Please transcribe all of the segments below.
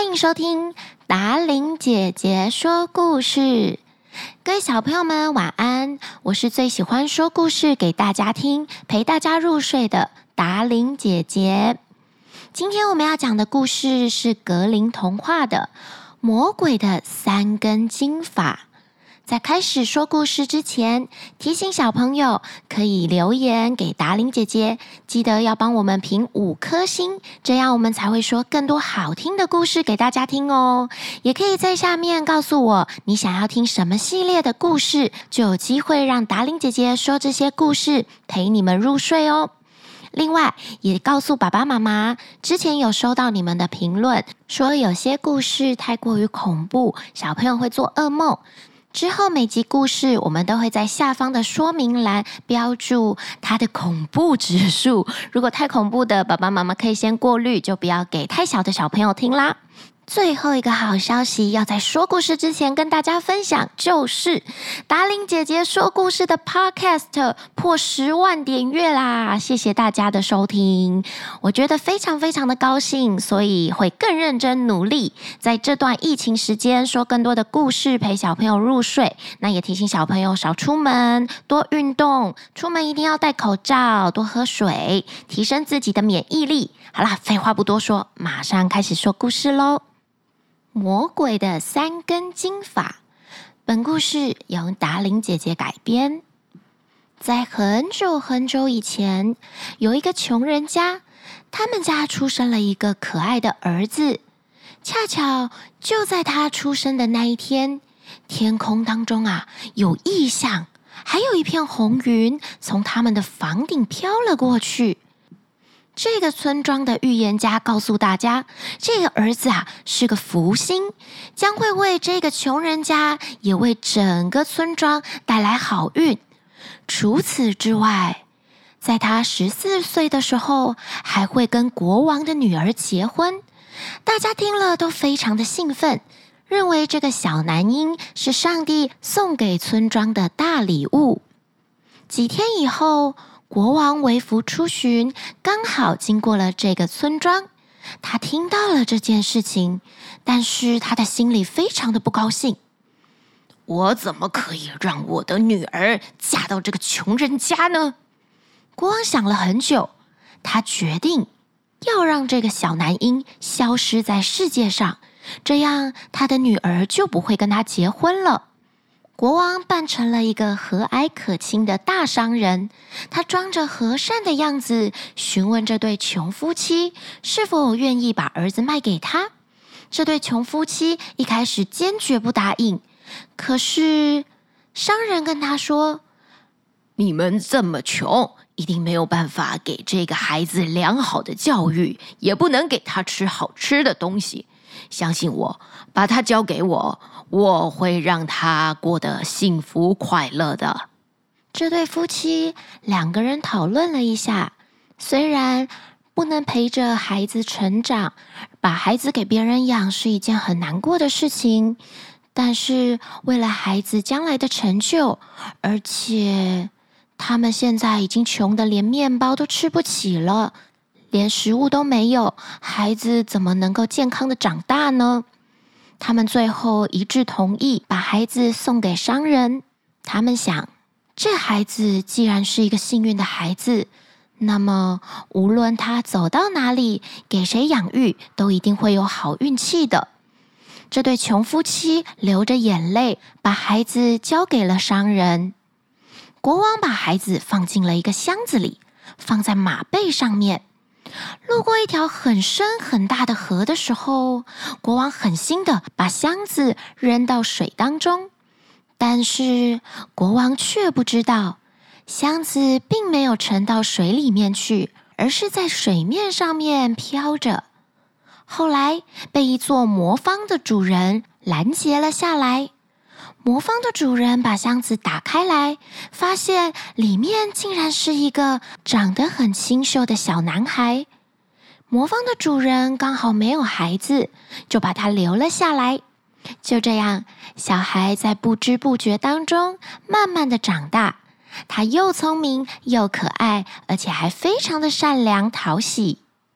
欢迎收听达伶姐姐说故事。各位小朋友们晚安，我是最喜欢说故事给大家听，陪大家入睡的达伶姐姐。今天我们要讲的故事是格林童话的魔鬼的3根金发。在开始说故事之前，提醒小朋友可以留言给达伶姐姐，记得要帮我们评5颗星，这样我们才会说更多好听的故事给大家听哦。也可以在下面告诉我你想要听什么系列的故事，就有机会让达伶姐姐说这些故事陪你们入睡哦。另外也告诉爸爸妈妈，之前有收到你们的评论，说有些故事太过于恐怖，小朋友会做噩梦。之后每集故事我们都会在下方的说明栏标注它的恐怖指数，如果太恐怖的，爸爸妈妈可以先过滤，就不要给太小的小朋友听啦。最后一个好消息要在说故事之前跟大家分享，就是达伶姐姐说故事的 Podcast 破10万点阅啦！谢谢大家的收听，我觉得非常非常的高兴，所以会更认真努力，在这段疫情时间说更多的故事陪小朋友入睡。那也提醒小朋友少出门，多运动，出门一定要戴口罩，多喝水，提升自己的免疫力。好啦，废话不多说，马上开始说故事咯。魔鬼的3根金发，本故事由达伶姐姐改编。在很久很久以前，有一个穷人家，他们家出生了一个可爱的儿子。恰巧就在他出生的那一天，天空当中有异象，还有一片红云从他们的房顶飘了过去。这个村庄的预言家告诉大家，这个儿子是个福星，将会为这个穷人家也为整个村庄带来好运。除此之外，在他14岁的时候，还会跟国王的女儿结婚。大家听了都非常的兴奋，认为这个小男婴是上帝送给村庄的大礼物。几天以后，国王微服出巡，刚好经过了这个村庄。他听到了这件事情，但是他的心里非常的不高兴。我怎么可以让我的女儿嫁到这个穷人家呢？国王想了很久，他决定要让这个小男婴消失在世界上，这样他的女儿就不会跟他结婚了。国王扮成了一个和蔼可亲的大商人，他装着和善的样子，询问这对穷夫妻是否愿意把儿子卖给他。这对穷夫妻一开始坚决不答应，可是商人跟他说，你们这么穷，一定没有办法给这个孩子良好的教育，也不能给他吃好吃的东西。相信我，把他交给我，我会让他过得幸福快乐的。这对夫妻2个人讨论了一下，虽然不能陪着孩子成长，把孩子给别人养是一件很难过的事情，但是为了孩子将来的成就，而且他们现在已经穷得连面包都吃不起了，连食物都没有，孩子怎么能够健康的长大呢？他们最后一致同意把孩子送给商人。他们想，这孩子既然是一个幸运的孩子，那么无论他走到哪里，给谁养育，都一定会有好运气的。这对穷夫妻流着眼泪，把孩子交给了商人。国王把孩子放进了一个箱子里，放在马背上面。路过一条很深很大的河的时候，国王狠心的把箱子扔到水当中，但是国王却不知道，箱子并没有沉到水里面去，而是在水面上面飘着。后来被一座磨坊的主人拦截了下来。磨坊的主人把箱子打开来，发现里面竟然是一个长得很清秀的小男孩。磨坊的主人刚好没有孩子，就把他留了下来。就这样，小孩在不知不觉当中慢慢的长大。他又聪明又可爱，而且还非常的善良讨喜。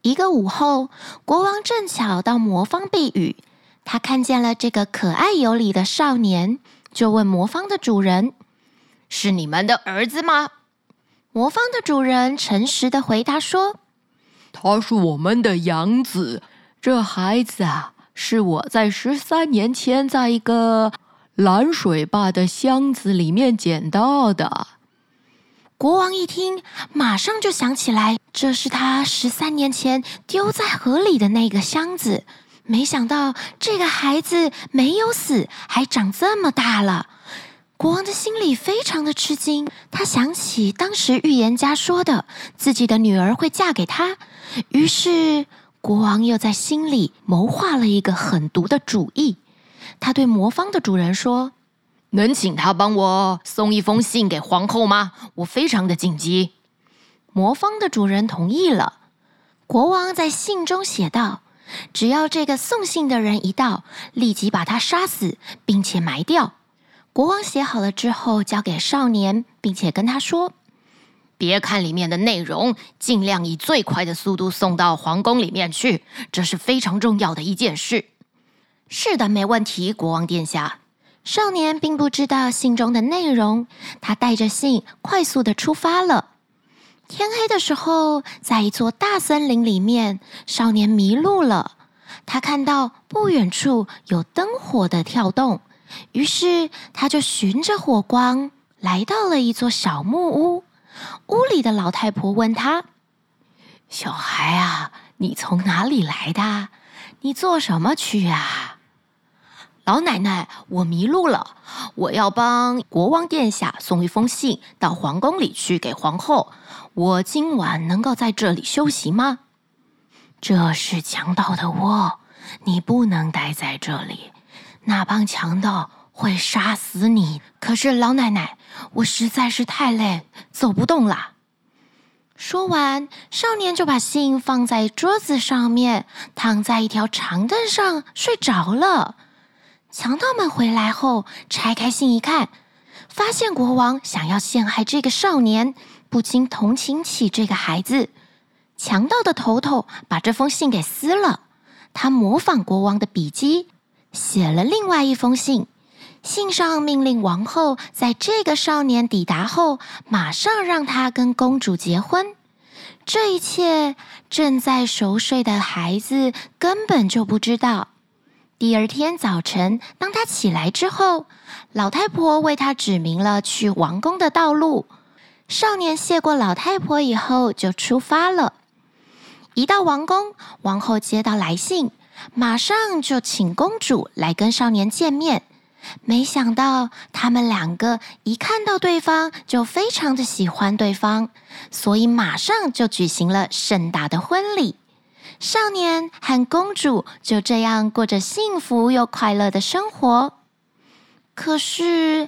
一个午后，国王正巧到魔方避雨，他看见了这个可爱有礼的少年，就问魔方的主人：“是你们的儿子吗？”魔方的主人诚实的回答说：“ 他是我们的养子，这孩子啊，是我在13年前在一个蓝水坝的箱子里面捡到的。” 国王一听，马上就想起来，这是他13年前丢在河里的那个箱子。没想到这个孩子没有死，还长这么大了。国王的心里非常的吃惊，他想起当时预言家说的，自己的女儿会嫁给他。于是国王又在心里谋划了一个狠毒的主意。他对魔方的主人说：“能请他帮我送一封信给皇后吗？我非常的紧急。”魔方的主人同意了。国王在信中写道：“只要这个送信的人一到，立即把他杀死，并且埋掉。”国王写好了之后，交给少年，并且跟他说：“别看里面的内容，尽量以最快的速度送到皇宫里面去，这是非常重要的一件事。”“是的，没问题，国王殿下。”少年并不知道信中的内容，他带着信快速的出发了。天黑的时候，在一座大森林里面，少年迷路了。他看到不远处有灯火的跳动，于是他就循着火光来到了一座小木屋。屋里的老太婆问他：“小孩啊，你从哪里来的？你做什么去啊？”“老奶奶，我迷路了，我要帮国王殿下送一封信到皇宫里去给皇后。我今晚能够在这里休息吗？”“这是强盗的窝，你不能待在这里，那帮强盗会杀死你。可是老奶奶，我实在是太累，走不动了。”说完，少年就把信放在桌子上面，躺在一条长凳上睡着了。强盗们回来后，拆开信一看，发现国王想要陷害这个少年，不禁同情起这个孩子。强盗的头头把这封信给撕了，他模仿国王的笔迹，写了另外一封信。信上命令王后在这个少年抵达后，马上让他跟公主结婚。这一切正在熟睡的孩子根本就不知道。第二天早晨，当他起来之后，老太婆为他指明了去王宫的道路。少年谢过老太婆以后，就出发了。一到王宫，王后接到来信，马上就请公主来跟少年见面。没想到他们两个一看到对方就非常的喜欢对方，所以马上就举行了盛大的婚礼。少年和公主就这样过着幸福又快乐的生活。可是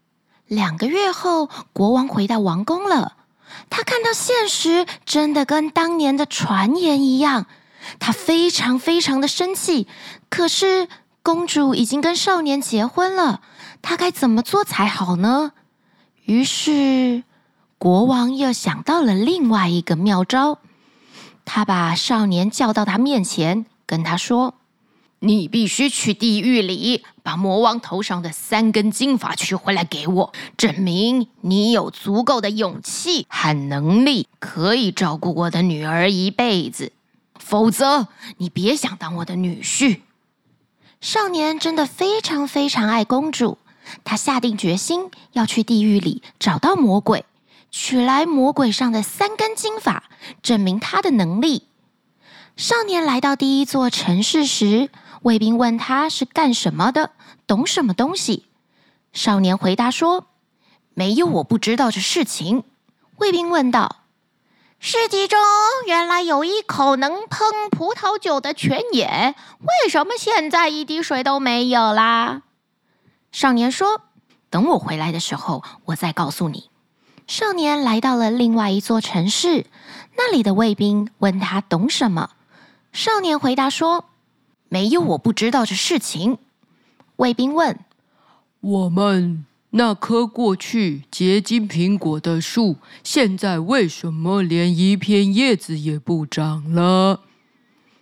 2个月后，国王回到王宫了。他看到现实真的跟当年的传言一样，他非常非常的生气。可是公主已经跟少年结婚了，他该怎么做才好呢？于是国王又想到了另外一个妙招。他把少年叫到他面前，跟他说：“你必须去地狱里把魔王头上的3根金发取回来给我，证明你有足够的勇气和能力，可以照顾我的女儿一辈子。否则，你别想当我的女婿。”少年真的非常非常爱公主，他下定决心要去地狱里找到魔鬼，取来魔鬼上的3根金发，证明他的能力。少年来到第一座城市时，卫兵问他是干什么的，懂什么东西。少年回答说：“没有我不知道的事情。”卫兵问道：“市集中原来有一口能烹葡萄酒的泉眼，为什么现在一滴水都没有啦？”少年说：“等我回来的时候，我再告诉你。”少年来到了另外一座城市，那里的卫兵问他懂什么。少年回答说：“没有我不知道的事情。”卫兵问：“ 我们那棵过去结金苹果的树，现在为什么连一片叶子也不长了？”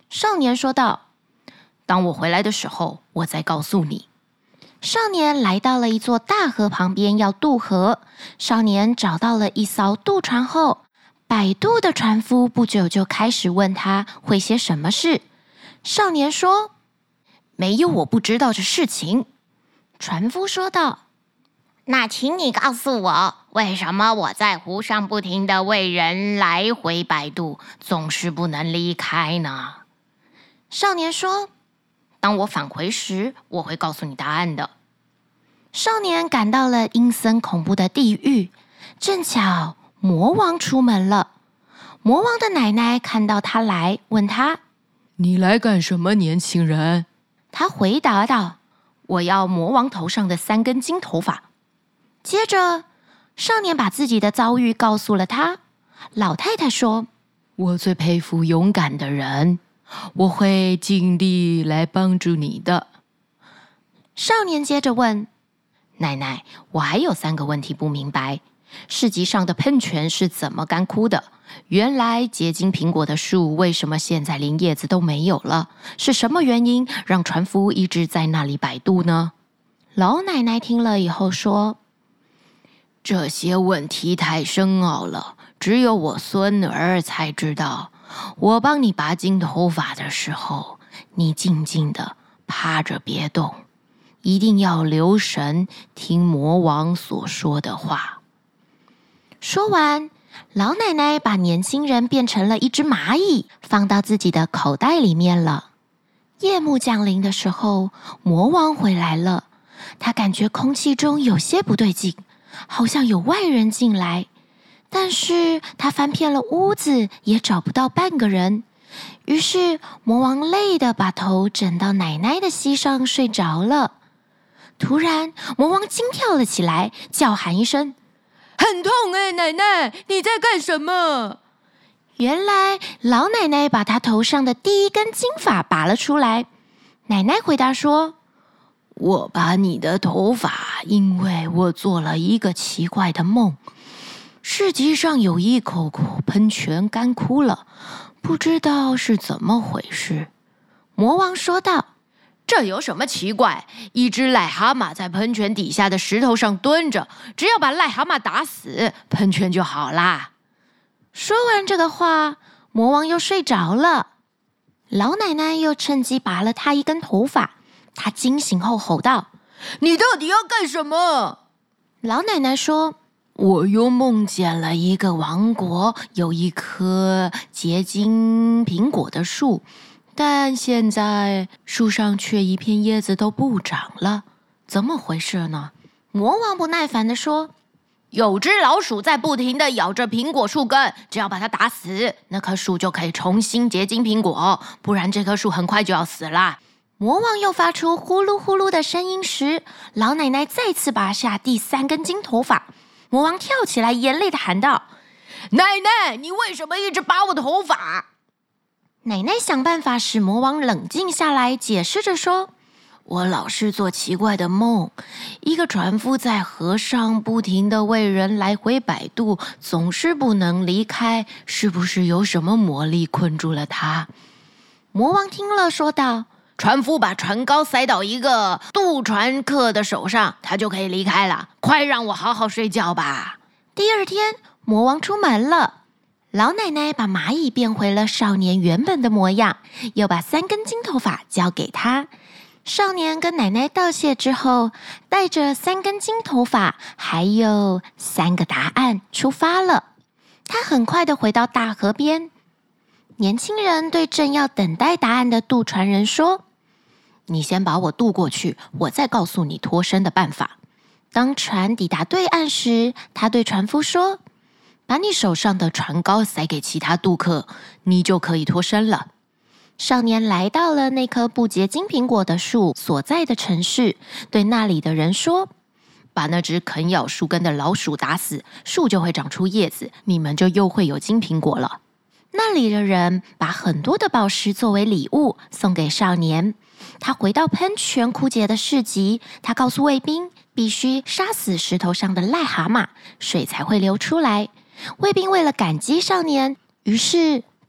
少年说道：“当我回来的时候，我再告诉你。”少年来到了一座大河旁边，要渡河。少年找到了一艘渡船后，摆渡的船夫不久就开始问他会些什么事。少年说：“没有我不知道的事情。”船夫说道：“那请你告诉我，为什么我在湖上不停地为人来回摆渡，总是不能离开呢？”少年说：“当我返回时，我会告诉你答案的。”少年赶到了阴森恐怖的地狱，正巧魔王出门了。魔王的奶奶看到他来，问他：“ 你来干什么，年轻人？” 他回答道：“我要魔王头上的3根金头发。”接着，少年把自己的遭遇告诉了他。老太太说：“ 我最佩服勇敢的人，我会尽力来帮助你的。” 少年接着问：“奶奶，我还有3个问题不明白。市集上的喷泉是怎么干枯的？原来结晶苹果的树为什么现在连叶子都没有了？是什么原因让船夫一直在那里摆渡呢？”老奶奶听了以后说：“这些问题太深奥了，只有我孙儿才知道。我帮你拔金头发的时候，你静静的趴着别动，一定要留神听魔王所说的话。”说完，老奶奶把年轻人变成了一只蚂蚁，放到自己的口袋里面了。夜幕降临的时候，魔王回来了。他感觉空气中有些不对劲，好像有外人进来。但是他翻遍了屋子，也找不到半个人。于是魔王累得把头枕到奶奶的膝上睡着了。突然，魔王惊跳了起来，叫喊一声：“ 很痛哎，奶奶，你在干什么？” 原来老奶奶把她头上的第1根金发拔了出来。奶奶回答说：“我拔你的头发，因为我做了一个奇怪的梦。市集上有一口喷泉干枯了，不知道是怎么回事。”魔王说道：“这有什么奇怪？一只癞蛤蟆在喷泉底下的石头上蹲着，只要把癞蛤蟆打死，喷泉就好啦。”说完这个话，魔王又睡着了。老奶奶又趁机拔了他1根头发。她惊醒后吼道：“ 你到底要干什么？” 老奶奶说：“我又梦见了一个王国，有一棵结晶苹果的树，但现在树上却一片叶子都不长了，怎么回事呢？”魔王不耐烦地说：“有只老鼠在不停地咬着苹果树根，只要把它打死，那棵树就可以重新结晶苹果，不然这棵树很快就要死了。”魔王又发出呼噜呼噜的声音时，老奶奶再次拔下第3根金头发。魔王跳起来，严厉地喊道：“ 奶奶，你为什么一直拔我的头发？” 奶奶想办法使魔王冷静下来，解释着说：“我老是做奇怪的梦，一个船夫在河上不停地为人来回摆渡，总是不能离开，是不是有什么魔力困住了他？”魔王听了说道：“船夫把船篙塞到一个渡船客的手上，他就可以离开了。快让我好好睡觉吧。”第2天，魔王出门了。老奶奶把蚂蚁变回了少年原本的模样，又把3根金头发交给他。少年跟奶奶道谢之后，带着3根金头发还有3个答案出发了。他很快地回到大河边。年轻人对正要等待答案的渡船人说：“你先把我渡过去，我再告诉你脱身的办法。”当船抵达对岸时，他对船夫说：“把你手上的船篙塞给其他渡客，你就可以脱身了。”少年来到了那棵不结晶苹果的树所在的城市，对那里的人说：“把那只啃咬树根的老鼠打死，树就会长出叶子，你们就又会有金苹果了。”那里的人把很多的宝石作为礼物送给少年。他回到喷泉枯竭的市集，他告诉卫兵，必须杀死石头上的癞蛤蟆，水才会流出来。卫兵为了感激少年，于是给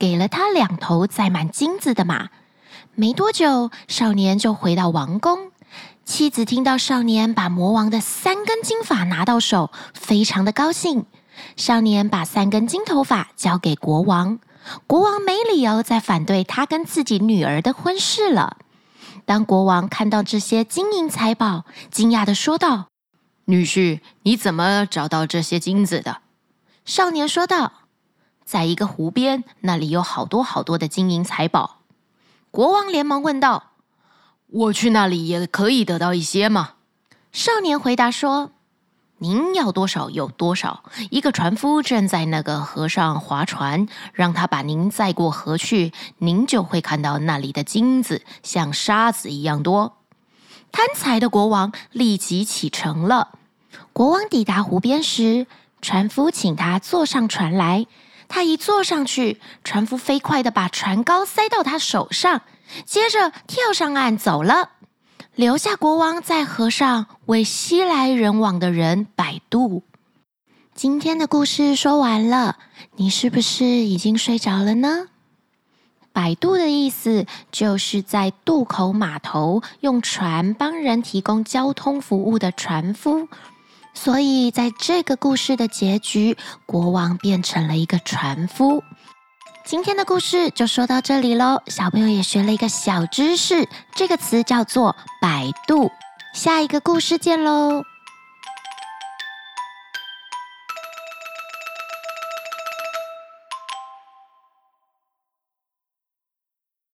给了他2头载满金子的马。没多久，少年就回到王宫。妻子听到少年把魔王的3根金发拿到手，非常的高兴。少年把3根金头发交给国王，国王没理由再反对他跟自己女儿的婚事了。当国王看到这些金银财宝，惊讶地说道：“ 女婿，你怎么找到这些金子的？” 少年说道：“在一个湖边，那里有好多好多的金银财宝。”国王连忙问道：“ 我去那里也可以得到一些吗？” 少年回答说：“您要多少有多少。一个船夫正在那个河上划船，让他把您载过河去，您就会看到那里的金子像沙子一样多。”贪财的国王立即启程了。国王抵达湖边时，船夫请他坐上船来。他一坐上去，船夫飞快地把船篙塞到他手上，接着跳上岸走了，留下国王在河上为熙来人往的人摆渡。今天的故事说完了，你是不是已经睡着了呢？摆渡的意思就是在渡口码头用船帮人提供交通服务的船夫。所以在这个故事的结局，国王变成了一个船夫。今天的故事就说到这里咯，小朋友也学了一个小知识，这个词叫做摆渡。下一个故事见咯。